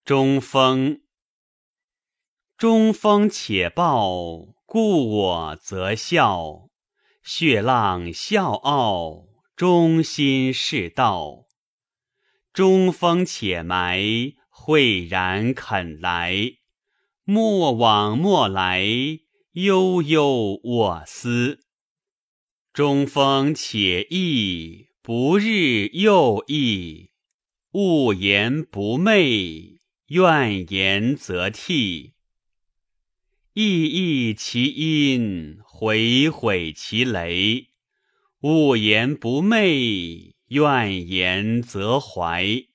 中风。中风且暴，故我则笑。血浪笑傲，中心是道。中风且埋，慧然肯来。莫往莫来，悠悠我思。中风且易，不日又易。勿言不寐，怨言则替。意异其音，悔悔其雷。勿言不寐，怨言则怀。